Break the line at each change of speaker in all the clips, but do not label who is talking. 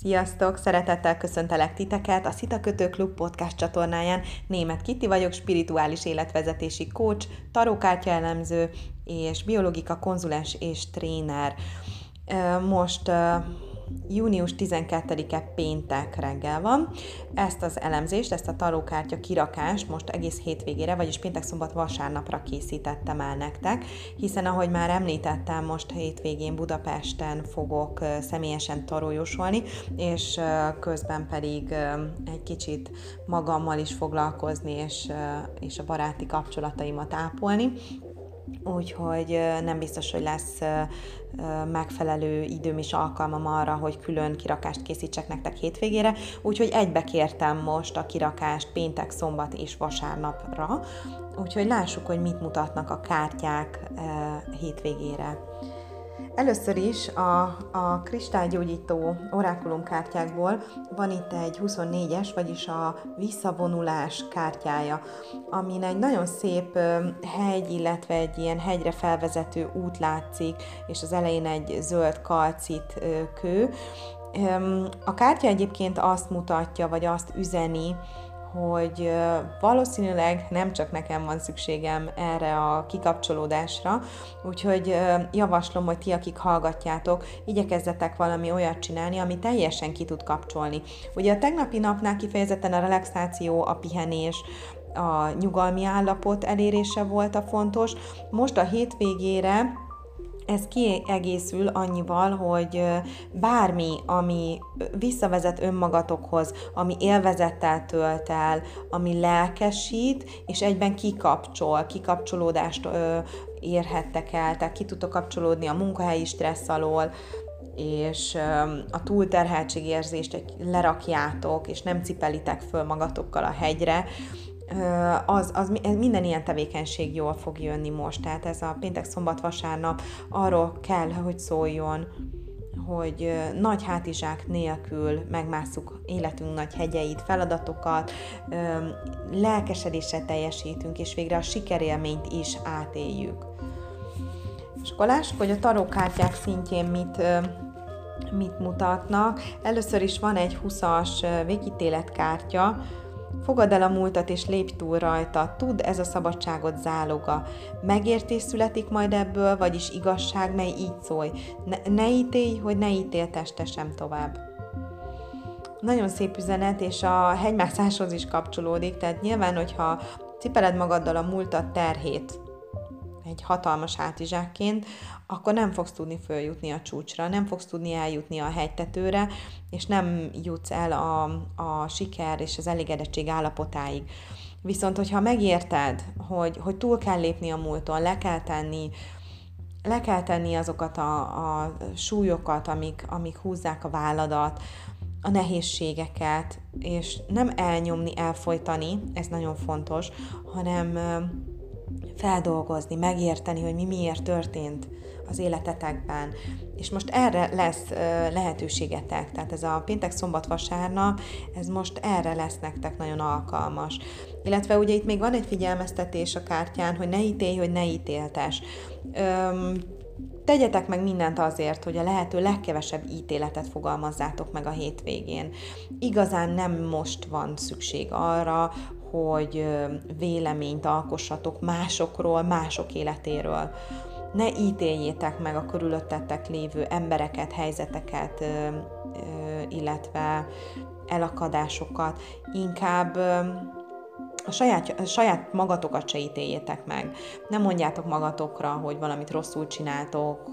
Sziasztok! Szeretettel köszöntelek titeket a Szita Kötő Klub podcast csatornáján. Németh Kitti vagyok, spirituális életvezetési coach, tarókártya elemző és biológika konzulens és tréner. Most június 12-e péntek reggel van. Ezt az elemzést, ezt a tarókártya kirakást most egész hétvégére, vagyis péntek, szombat, vasárnapra készítettem el nektek, hiszen ahogy már említettem, most hétvégén Budapesten fogok személyesen tarójósolni, és közben pedig egy kicsit magammal is foglalkozni, és a baráti kapcsolataimat ápolni. Úgyhogy nem biztos, hogy lesz megfelelő időm és alkalmam arra, hogy külön kirakást készítsek nektek hétvégére, úgyhogy egybe kértem most a kirakást péntek, szombat és vasárnapra, úgyhogy lássuk, hogy mit mutatnak a kártyák hétvégére. Először is a kristálygyógyító orákulum kártyákból van itt egy 24-es, vagyis a visszavonulás kártyája, amin egy nagyon szép hegy, illetve egy ilyen hegyre felvezető út látszik, és az elején egy zöld kalcit kő. A kártya egyébként azt mutatja, vagy azt üzeni, hogy valószínűleg nem csak nekem van szükségem erre a kikapcsolódásra, úgyhogy javaslom, hogy ti, akik hallgatjátok, igyekezzetek valami olyat csinálni, ami teljesen ki tud kapcsolni. Ugye a tegnapi napnál kifejezetten a relaxáció, a pihenés, a nyugalmi állapot elérése volt a fontos. Most a hétvégére ez kiegészül annyival, hogy bármi, ami visszavezet önmagatokhoz, ami élvezettel tölt el, ami lelkesít, és egyben kikapcsolódást érhettek el, tehát ki tudtok kapcsolódni a munkahelyi stressz alól, és a túlterheltségérzést lerakjátok, és nem cipelitek föl magatokkal a hegyre, minden ilyen tevékenység jól fog jönni most. Tehát ez a péntek, szombat, vasárnap arról kell, hogy szóljon, hogy nagy hátizsák nélkül megmásszuk életünk nagy hegyeit, feladatokat, lelkesedéssel teljesítünk, és végre a sikerélményt is átéljük. És akkor lássuk, hogy a tarókártyák szintjén mit mutatnak. Először is van egy 20-as végítéletkártya. Fogadd el a múltat és lépj túl rajta, tudd, ez a szabadságot záloga. Megértés születik majd ebből, vagyis igazság, mely így szólj. Ne ítélj, hogy ne ítélteste sem tovább. Nagyon szép üzenet, és a hegymászáshoz is kapcsolódik, tehát nyilván, hogyha cipeled magaddal a múltat terhét, egy hatalmas hátizsákként, akkor nem fogsz tudni följutni a csúcsra, nem fogsz tudni eljutni a hegytetőre, és nem jutsz el a siker és az elégedettség állapotáig. Viszont, hogyha megérted, hogy túl kell lépni a múlton, le kell tenni azokat a súlyokat, amik húzzák a válladat, a nehézségeket, és nem elnyomni, elfojtani, ez nagyon fontos, hanem feldolgozni, megérteni, hogy mi miért történt az életetekben. És most erre lesz lehetőségetek. Tehát ez a péntek, szombat, vasárnap, ez most erre lesz nektek nagyon alkalmas. Illetve ugye itt még van egy figyelmeztetés a kártyán, hogy ne ítélj, hogy ne ítéltes. Tegyetek meg mindent azért, hogy a lehető legkevesebb ítéletet fogalmazzátok meg a hétvégén. Igazán nem most van szükség arra, hogy véleményt alkossatok másokról, mások életéről. Ne ítéljétek meg a körülöttetek lévő embereket, helyzeteket, illetve elakadásokat. Inkább a saját magatokat se ítéljétek meg. Nem mondjátok magatokra, hogy valamit rosszul csináltok,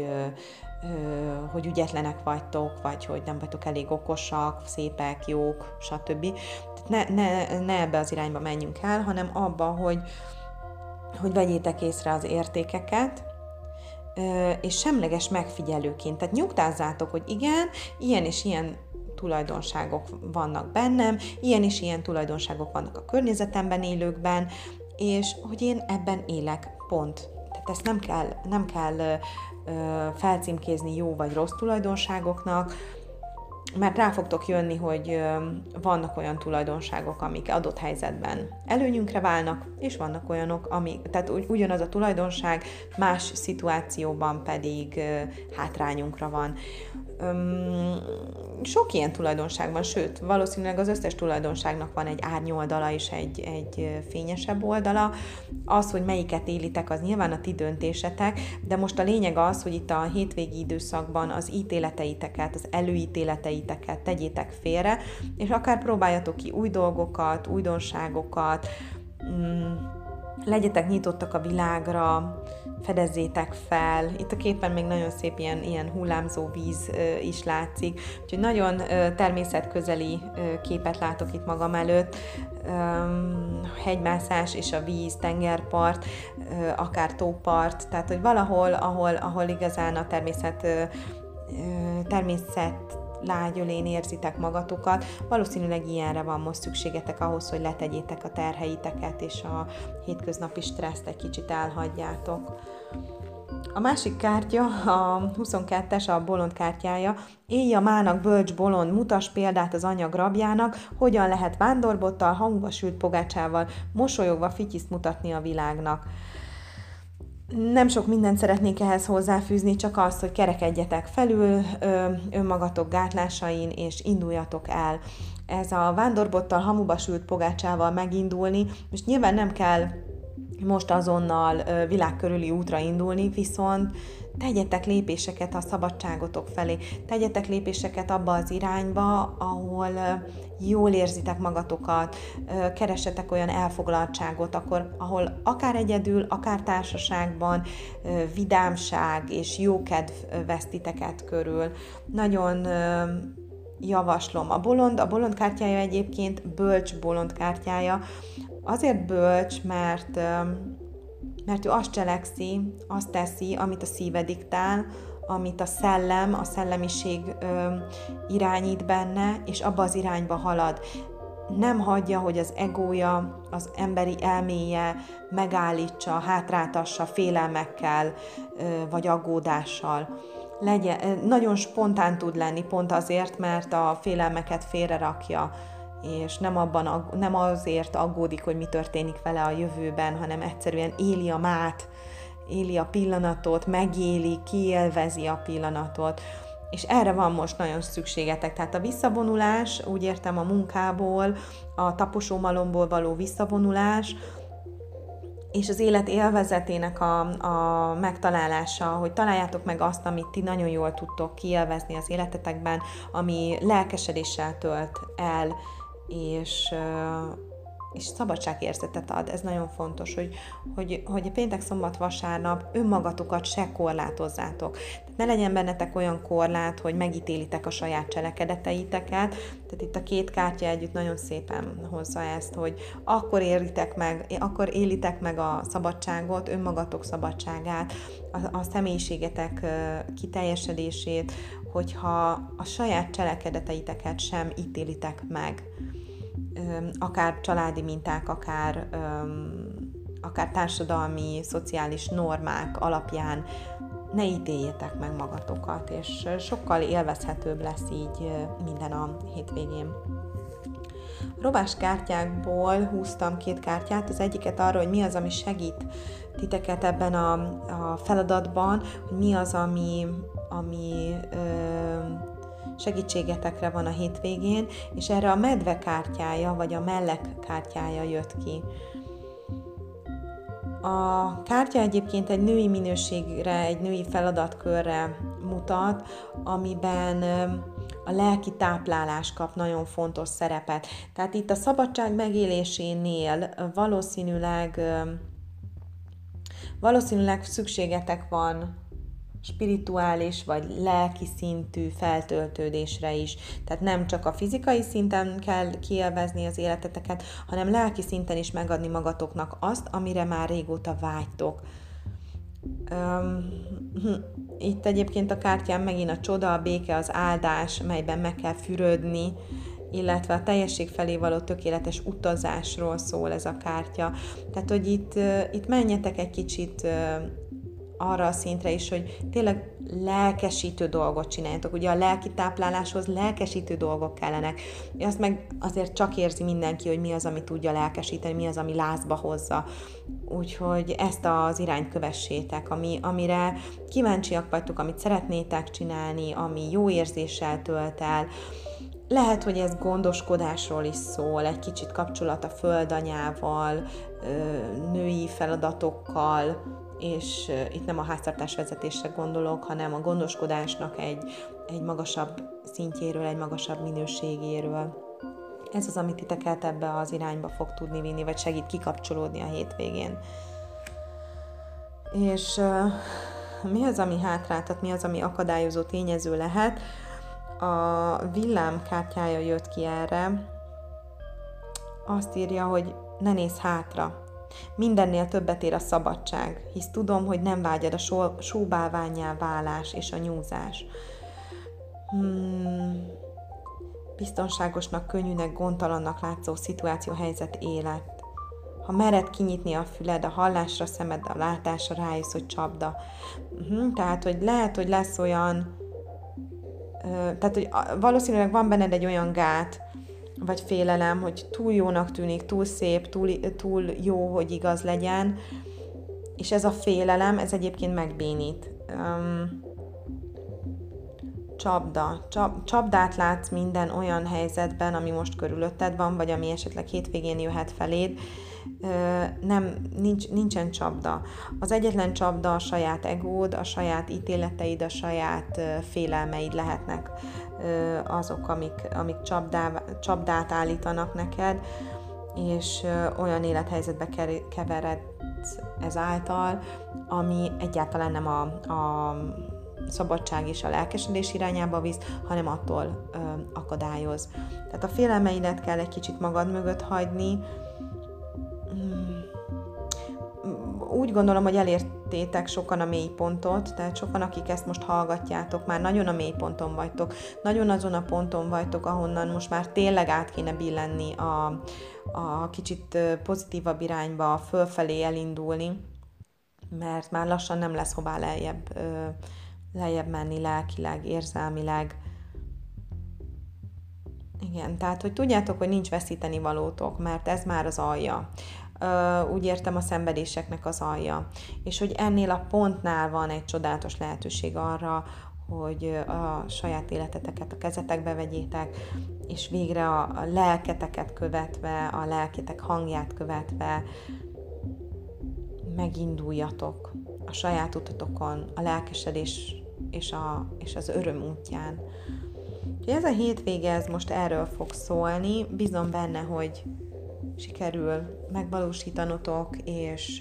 hogy ügyetlenek vagytok, vagy hogy nem vagytok elég okosak, szépek, jók, stb. Tehát ne ebbe az irányba menjünk el, hanem abba, hogy vegyétek észre az értékeket, és semleges megfigyelőként. Tehát nyugtázzátok, hogy igen, ilyen és ilyen tulajdonságok vannak bennem, ilyen és ilyen tulajdonságok vannak a környezetemben élőkben, és hogy én ebben élek, pont. Tehát ezt nem kell felcímkézni jó vagy rossz tulajdonságoknak, mert rá fogtok jönni, hogy vannak olyan tulajdonságok, amik adott helyzetben előnyünkre válnak, és vannak olyanok, tehát ugyanaz a tulajdonság más szituációban pedig hátrányunkra van. sok ilyen tulajdonság van, sőt, valószínűleg az összes tulajdonságnak van egy árnyoldala és egy fényesebb oldala. Az, hogy melyiket élitek, az nyilván a ti döntésetek, de most a lényeg az, hogy itt a hétvégi időszakban az ítéleteiteket, az előítéleteiteket tegyétek félre, és akár próbáljatok ki új dolgokat, újdonságokat, legyetek nyitottak a világra, fedezzétek fel. Itt a képen még nagyon szép ilyen hullámzó víz is látszik, úgyhogy nagyon természetközeli képet látok itt magam előtt. Hegymászás és a víz, tengerpart, akár tópart, tehát hogy valahol, ahol igazán a természet lágyölén érzitek magatokat, valószínűleg ilyenre van most szükségetek ahhoz, hogy letegyétek a terheiteket, és a hétköznapi stresszt egy kicsit elhagyjátok. A másik kártya, a 22-es, a bolond kártyája. Élj a mának, bölcs bolond, mutass példát az anyag rabjának, hogyan lehet vándorbottal, hamuba sült pogácsával, mosolyogva fityiszt mutatni a világnak. Nem sok mindent szeretnék ehhez hozzáfűzni, csak azt, hogy kerekedjetek felül önmagatok gátlásain, és induljatok el. Ez a vándorbottal, hamuba sült pogácsával megindulni, és nyilván nem kell most azonnal világkörüli útra indulni, viszont tegyetek lépéseket a szabadságotok felé, tegyetek lépéseket abba az irányba, ahol jól érzitek magatokat, keressetek olyan elfoglaltságot, ahol akár egyedül, akár társaságban vidámság és jókedv vesz titeket körül. Nagyon javaslom. A bolond kártyája egyébként bölcs bolond kártyája. Azért bölcs, mert ő azt cselekszi, azt teszi, amit a szíve diktál, amit a szellemiség irányít benne, és abba az irányba halad. Nem hagyja, hogy az egója, az emberi elméje megállítsa, hátráltassa félelmekkel, vagy aggódással. Nagyon spontán tud lenni, pont azért, mert a félelmeket félrerakja, és nem azért aggódik, hogy mi történik vele a jövőben, hanem egyszerűen éli a mát, éli a pillanatot, megéli, kiélvezi a pillanatot. És erre van most nagyon szükségetek. Tehát a visszavonulás, úgy értem a munkából, a taposómalomból való visszavonulás, és az élet élvezetének a megtalálása, hogy találjátok meg azt, amit ti nagyon jól tudtok kiélvezni az életetekben, ami lelkesedéssel tölt el, és szabadságérzetet ad. Ez nagyon fontos, hogy péntek, szombat, vasárnap önmagatokat se korlátozzátok. Tehát ne legyen bennetek olyan korlát, hogy megítélitek a saját cselekedeteiteket. Tehát itt a két kártya együtt nagyon szépen hozza ezt, hogy akkor élitek meg a szabadságot, önmagatok szabadságát, a személyiségetek kiteljesedését, hogyha a saját cselekedeteiteket sem ítélitek meg. Akár családi minták, akár társadalmi, szociális normák alapján ne ítéljetek meg magatokat, és sokkal élvezhetőbb lesz így minden a hétvégén. Robás kártyákból húztam két kártyát, az egyiket arra, hogy mi az, ami segít titeket ebben a feladatban, hogy mi az, ami segítségetekre van a hétvégén, és erre a medve kártyája, vagy a mellek kártyája jött ki. A kártya egyébként egy női minőségre, egy női feladatkörre mutat, amiben a lelki táplálás kap nagyon fontos szerepet. Tehát itt a szabadság megélésénél valószínűleg szükségetek van spirituális vagy lelki szintű feltöltődésre is. Tehát nem csak a fizikai szinten kell kiélvezni az életeteket, hanem lelki szinten is megadni magatoknak azt, amire már régóta vágytok. Itt egyébként a kártyán megint a csoda, a béke, az áldás, melyben meg kell fürödni, illetve a teljesség felé való tökéletes utazásról szól ez a kártya. Tehát, hogy itt menjetek egy kicsit arra a szintre is, hogy tényleg lelkesítő dolgot csináljatok. Ugye a lelki tápláláshoz lelkesítő dolgok kellenek. Azt meg azért csak érzi mindenki, hogy mi az, ami tudja lelkesíteni, mi az, ami lázba hozza. Úgyhogy ezt az irányt kövessétek, amire kíváncsiak vagytok, amit szeretnétek csinálni, ami jó érzéssel tölt el. Lehet, hogy ez gondoskodásról is szól, egy kicsit kapcsolat a földanyával, női feladatokkal, és itt nem a háztartásvezetésre gondolok, hanem a gondoskodásnak egy magasabb szintjéről, egy magasabb minőségéről. Ez az, amit titeket ebbe az irányba fog tudni vinni, vagy segít kikapcsolódni a hétvégén. És mi az, ami hátráltat, mi az, ami akadályozó tényező lehet? A villám kártyája jött ki erre. Azt írja, hogy ne nézz hátra. Mindennél többet ér a szabadság, hisz tudom, hogy nem vágyad a sóbálvánnyá válás és a nyúzás. Biztonságosnak, könnyűnek, gondtalannak látszó szituáció, helyzet, élet. Ha mered kinyitni a füled, a hallásra szemed, a látásra rájössz, hogy csapda. Tehát, hogy lehet, hogy lesz olyan, tehát, hogy valószínűleg van benned egy olyan gát, vagy félelem, hogy túl jónak tűnik, túl szép, túl jó, hogy igaz legyen, és ez a félelem, ez egyébként megbénít. Csapdát látsz minden olyan helyzetben, ami most körülötted van, vagy ami esetleg hétvégén jöhet feléd, nincsen csapda. Az egyetlen csapda a saját egód, a saját ítéleteid, a saját félelmeid lehetnek azok, amik csapdát állítanak neked, és olyan élethelyzetbe keveredsz ezáltal, ami egyáltalán nem a szabadság és a lelkesedés irányába visz, hanem attól akadályoz. Tehát a félelmeidet kell egy kicsit magad mögött hagyni. Úgy gondolom, hogy elértétek sokan a mélypontot, tehát sokan, akik ezt most hallgatjátok, már nagyon a mélyponton vagytok, nagyon azon a ponton vagytok, ahonnan most már tényleg át kéne billenni a kicsit pozitívabb irányba, fölfelé elindulni, mert már lassan nem lesz hová lejjebb menni lelkileg, érzelmileg. Igen, tehát, hogy tudjátok, hogy nincs veszíteni valótok, mert ez már az alja. Úgy értem, a szenvedéseknek az alja. És hogy ennél a pontnál van egy csodálatos lehetőség arra, hogy a saját életeteket a kezetekbe vegyétek, és végre a lelketeket követve, a lelketek hangját követve meginduljatok a saját utatokon, a lelkesedés és az öröm útján. Ez a hétvége, ez most erről fog szólni, bízom benne, hogy sikerül megvalósítanotok, és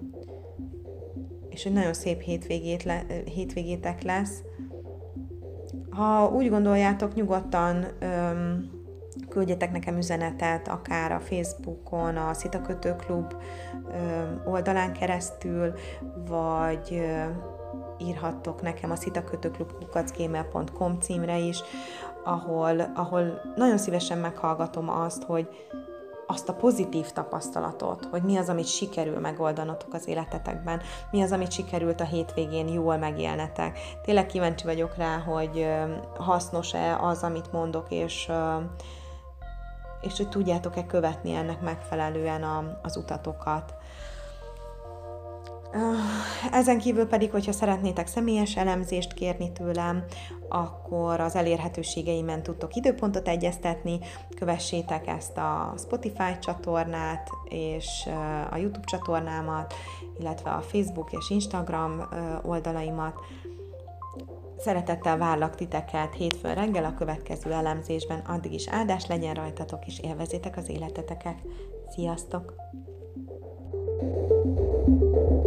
hogy nagyon szép hétvégétek lesz. Ha úgy gondoljátok, nyugodtan küldjetek nekem üzenetet, akár a Facebookon, a Szita Kötőklub oldalán keresztül, vagy írhattok nekem a szitakötőklub@gmail.com címre is, ahol nagyon szívesen meghallgatom azt a pozitív tapasztalatot, hogy mi az, amit sikerül megoldanatok az életetekben, mi az, amit sikerült a hétvégén jól megélnetek. Tényleg kíváncsi vagyok rá, hogy hasznos-e az, amit mondok, és hogy tudjátok-e követni ennek megfelelően az utatokat. Ezen kívül pedig, hogyha szeretnétek személyes elemzést kérni tőlem, akkor az elérhetőségeimen tudtok időpontot egyeztetni, kövessétek ezt a Spotify csatornát és a YouTube csatornámat, illetve a Facebook és Instagram oldalaimat. Szeretettel várlak titeket hétfőn reggel a következő elemzésben, addig is áldás legyen rajtatok, és élvezzétek az életeteket. Sziasztok!